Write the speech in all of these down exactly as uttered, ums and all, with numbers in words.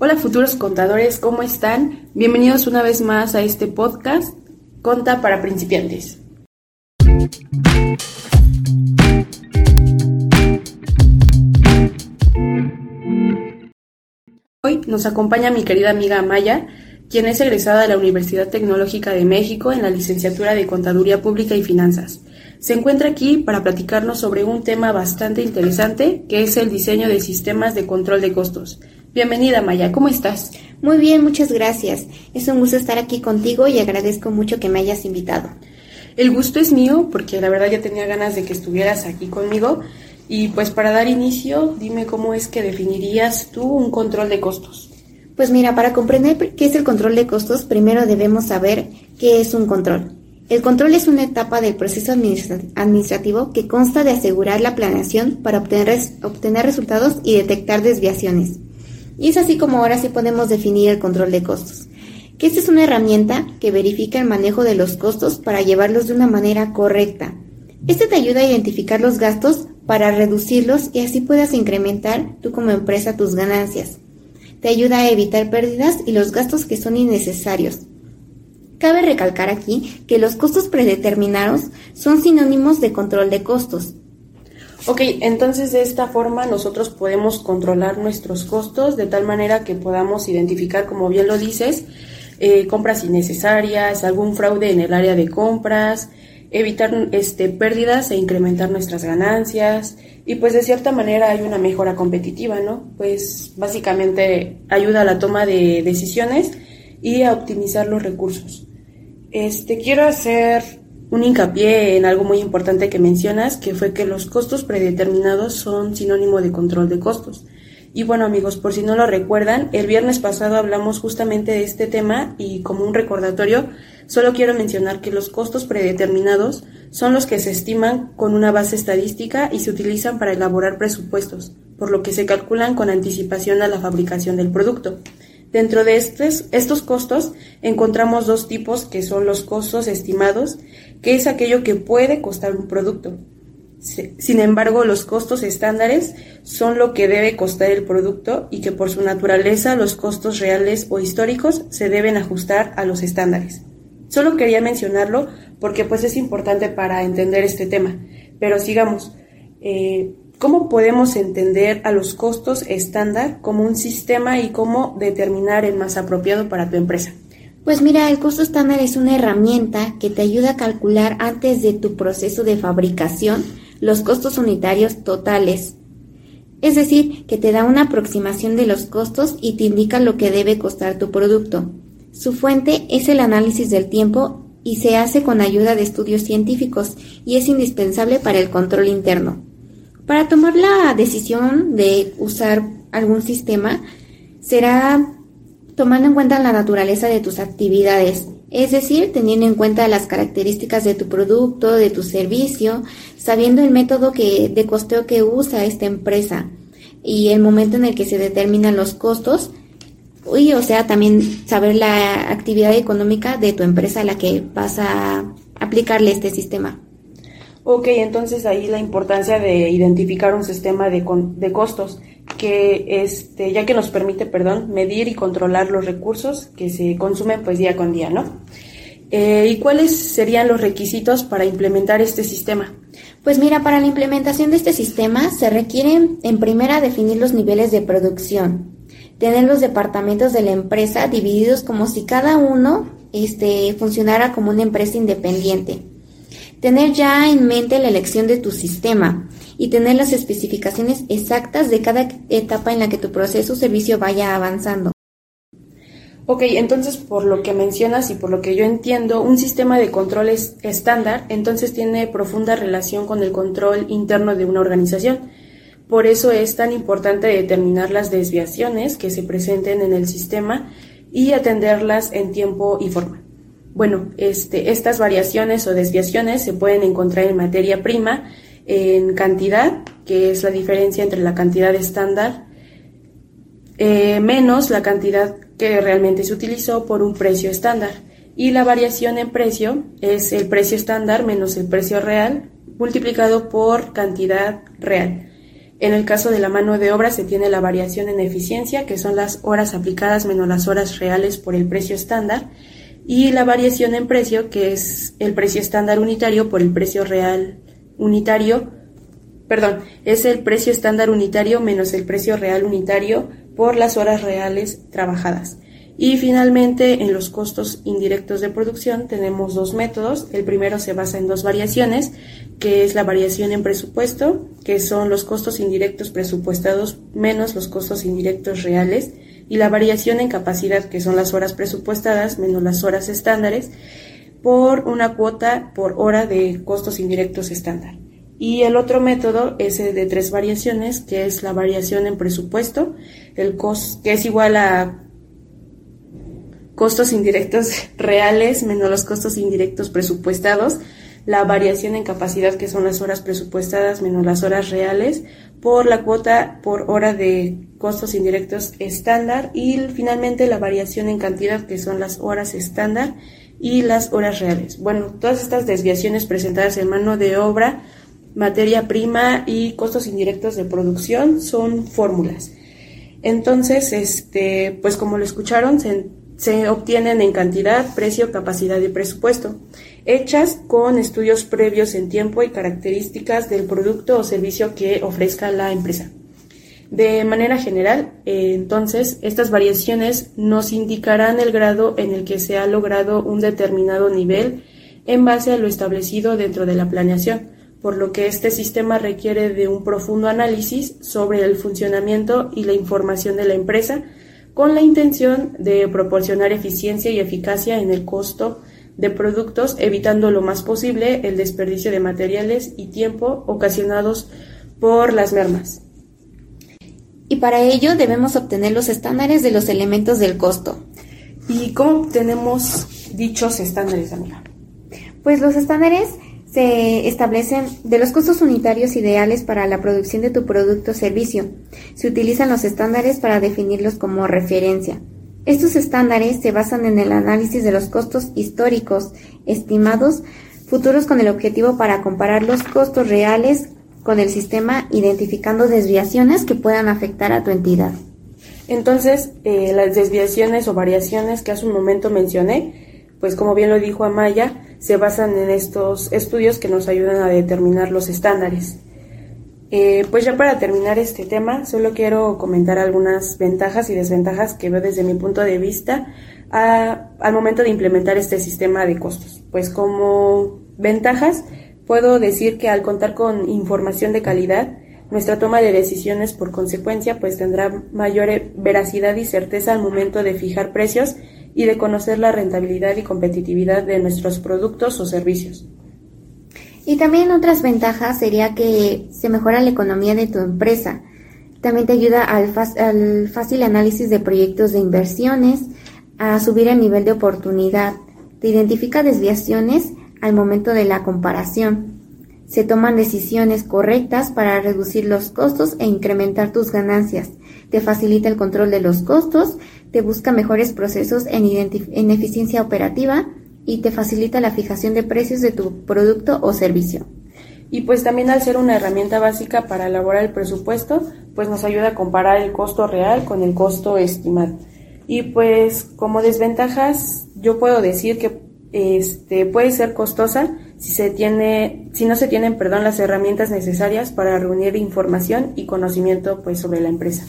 Hola futuros contadores, ¿cómo están? Bienvenidos una vez más a este podcast, Conta para principiantes. Hoy nos acompaña mi querida amiga Amaya, quien es egresada de la Universidad Tecnológica de México en la licenciatura de Contaduría Pública y Finanzas. Se encuentra aquí para platicarnos sobre un tema bastante interesante, que es el diseño de sistemas de control de costos. Bienvenida, Maya, ¿cómo estás? Muy bien, muchas gracias. Es un gusto estar aquí contigo y agradezco mucho que me hayas invitado. El gusto es mío, porque la verdad ya tenía ganas de que estuvieras aquí conmigo. Y pues para dar inicio, dime cómo es que definirías tú un control de costos. Pues mira, para comprender qué es el control de costos, primero debemos saber qué es un control. El control es una etapa del proceso administrativo que consta de asegurar la planeación para obtener, obtener resultados y detectar desviaciones. Y es así como ahora sí podemos definir el control de costos, que esta es una herramienta que verifica el manejo de los costos para llevarlos de una manera correcta. Este te ayuda a identificar los gastos para reducirlos y así puedas incrementar tú como empresa tus ganancias. Te ayuda a evitar pérdidas y los gastos que son innecesarios. Cabe recalcar aquí que los costos predeterminados son sinónimos de control de costos. Ok, entonces de esta forma nosotros podemos controlar nuestros costos de tal manera que podamos identificar, como bien lo dices, eh, compras innecesarias, algún fraude en el área de compras, evitar este, pérdidas e incrementar nuestras ganancias y pues de cierta manera hay una mejora competitiva, ¿no? Pues básicamente ayuda a la toma de decisiones y a optimizar los recursos. Este, quiero hacer un hincapié en algo muy importante que mencionas, que fue que los costos predeterminados son sinónimo de control de costos. Y bueno, amigos, por si no lo recuerdan, el viernes pasado hablamos justamente de este tema y como un recordatorio, solo quiero mencionar que los costos predeterminados son los que se estiman con una base estadística y se utilizan para elaborar presupuestos, por lo que se calculan con anticipación a la fabricación del producto. Dentro de estos, estos costos encontramos dos tipos que son los costos estimados, que es aquello que puede costar un producto. Sin embargo, los costos estándares son lo que debe costar el producto y que por su naturaleza los costos reales o históricos se deben ajustar a los estándares. Solo quería mencionarlo porque pues es importante para entender este tema, pero sigamos. Eh, ¿Cómo podemos entender a los costos estándar como un sistema y cómo determinar el más apropiado para tu empresa? Pues mira, el costo estándar es una herramienta que te ayuda a calcular antes de tu proceso de fabricación los costos unitarios totales. Es decir, que te da una aproximación de los costos y te indica lo que debe costar tu producto. Su fuente es el análisis del tiempo y se hace con ayuda de estudios científicos y es indispensable para el control interno. Para tomar la decisión de usar algún sistema, será tomando en cuenta la naturaleza de tus actividades, es decir, teniendo en cuenta las características de tu producto, de tu servicio, sabiendo el método que, de costeo que usa esta empresa y el momento en el que se determinan los costos, y o sea, también saber la actividad económica de tu empresa a la que vas a aplicarle este sistema. Ok, entonces ahí la importancia de identificar un sistema de, con, de costos que este ya que nos permite, perdón, medir y controlar los recursos que se consumen pues día con día, ¿no? Eh, ¿Y cuáles serían los requisitos para implementar este sistema? Pues mira, para la implementación de este sistema se requieren en primera definir los niveles de producción, tener los departamentos de la empresa divididos como si cada uno este, funcionara como una empresa independiente. Tener ya en mente la elección de tu sistema y tener las especificaciones exactas de cada etapa en la que tu proceso o servicio vaya avanzando. Ok, entonces por lo que mencionas y por lo que yo entiendo, un sistema de control es estándar, entonces tiene profunda relación con el control interno de una organización. Por eso es tan importante determinar las desviaciones que se presenten en el sistema y atenderlas en tiempo y forma. Bueno, este, estas variaciones o desviaciones se pueden encontrar en materia prima, en cantidad, que es la diferencia entre la cantidad estándar, eh, menos la cantidad que realmente se utilizó por un precio estándar. Y la variación en precio es el precio estándar menos el precio real multiplicado por cantidad real. En el caso de la mano de obra se tiene la variación en eficiencia, que son las horas aplicadas menos las horas reales por el precio estándar, y la variación en precio, que es el precio estándar unitario por el precio real unitario, perdón, es el precio estándar unitario menos el precio real unitario por las horas reales trabajadas. Y finalmente, en los costos indirectos de producción tenemos dos métodos. El primero se basa en dos variaciones, que es la variación en presupuesto, que son los costos indirectos presupuestados menos los costos indirectos reales, y la variación en capacidad, que son las horas presupuestadas menos las horas estándares, por una cuota por hora de costos indirectos estándar. Y el otro método es el de tres variaciones, que es la variación en presupuesto, el cost, que es igual a costos indirectos reales menos los costos indirectos presupuestados, la variación en capacidad, que son las horas presupuestadas menos las horas reales, por la cuota por hora de costos indirectos estándar, y finalmente la variación en cantidad, que son las horas estándar y las horas reales. Bueno, todas estas desviaciones presentadas en mano de obra, materia prima y costos indirectos de producción son fórmulas. Entonces, este, pues como lo escucharon, se, se obtienen en cantidad, precio, capacidad y presupuesto, hechas con estudios previos en tiempo y características del producto o servicio que ofrezca la empresa. De manera general, eh, entonces, estas variaciones nos indicarán el grado en el que se ha logrado un determinado nivel en base a lo establecido dentro de la planeación, por lo que este sistema requiere de un profundo análisis sobre el funcionamiento y la información de la empresa, con la intención de proporcionar eficiencia y eficacia en el costo de productos, evitando lo más posible el desperdicio de materiales y tiempo ocasionados por las mermas. Y para ello debemos obtener los estándares de los elementos del costo. ¿Y cómo obtenemos dichos estándares, amiga? Pues los estándares se establecen de los costos unitarios ideales para la producción de tu producto o servicio. Se utilizan los estándares para definirlos como referencia. Estos estándares se basan en el análisis de los costos históricos, estimados, futuros, con el objetivo para comparar los costos reales con el sistema, identificando desviaciones que puedan afectar a tu entidad. Entonces, eh, las desviaciones o variaciones que hace un momento mencioné, pues como bien lo dijo Amaya, se basan en estos estudios que nos ayudan a determinar los estándares. Eh, pues ya para terminar este tema, solo quiero comentar algunas ventajas y desventajas que veo desde mi punto de vista a, al momento de implementar este sistema de costos. Pues como ventajas, puedo decir que al contar con información de calidad, nuestra toma de decisiones por consecuencia pues tendrá mayor veracidad y certeza al momento de fijar precios y de conocer la rentabilidad y competitividad de nuestros productos o servicios. Y también otras ventajas sería que se mejora la economía de tu empresa. También te ayuda al, al fácil análisis de proyectos de inversiones, a subir el nivel de oportunidad. Te identifica desviaciones al momento de la comparación. Se toman decisiones correctas para reducir los costos e incrementar tus ganancias. Te facilita el control de los costos, te busca mejores procesos en, identif- en eficiencia operativa y te facilita la fijación de precios de tu producto o servicio. Y pues también al ser una herramienta básica para elaborar el presupuesto, pues nos ayuda a comparar el costo real con el costo estimado. Y pues como desventajas, yo puedo decir que este puede ser costosa si se tiene, si no se tienen, perdón, las herramientas necesarias para reunir información y conocimiento pues sobre la empresa.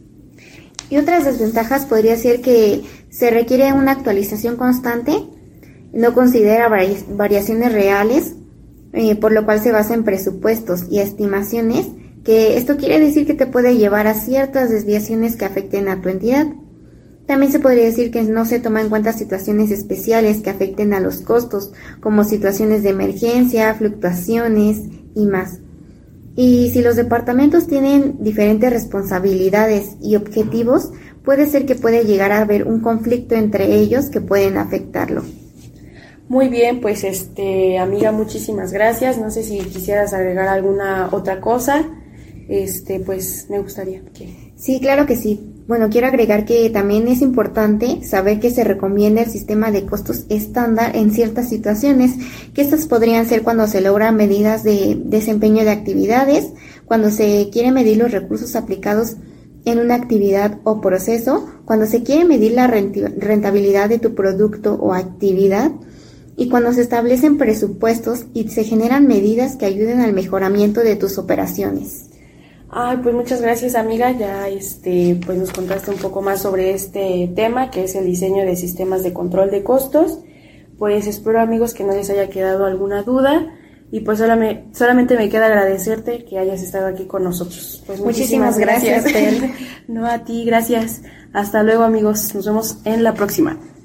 Y otras desventajas podría ser que se requiere una actualización constante, no considera vari- variaciones reales, eh, por lo cual se basa en presupuestos y estimaciones, que esto quiere decir que te puede llevar a ciertas desviaciones que afecten a tu entidad. También se podría decir que no se toma en cuenta situaciones especiales que afecten a los costos, como situaciones de emergencia, fluctuaciones y más. Y si los departamentos tienen diferentes responsabilidades y objetivos, puede ser que puede llegar a haber un conflicto entre ellos que pueden afectarlo. Muy bien, pues este amiga, muchísimas gracias. No sé si quisieras agregar alguna otra cosa. Este, pues me gustaría que... Sí, claro que sí. Bueno, quiero agregar que también es importante saber que se recomienda el sistema de costos estándar en ciertas situaciones, que estas podrían ser cuando se logran medidas de desempeño de actividades, cuando se quiere medir los recursos aplicados en una actividad o proceso, cuando se quiere medir la rentabilidad de tu producto o actividad, y cuando se establecen presupuestos y se generan medidas que ayuden al mejoramiento de tus operaciones. Ay, pues muchas gracias, amiga. Ya este pues nos contaste un poco más sobre este tema, que es el diseño de sistemas de control de costos. Pues espero, amigos, que no les haya quedado alguna duda, y pues solamente, solamente me queda agradecerte que hayas estado aquí con nosotros. Pues muchísimas, muchísimas gracias, gracias. No, a ti, gracias. Hasta luego, amigos. Nos vemos en la próxima.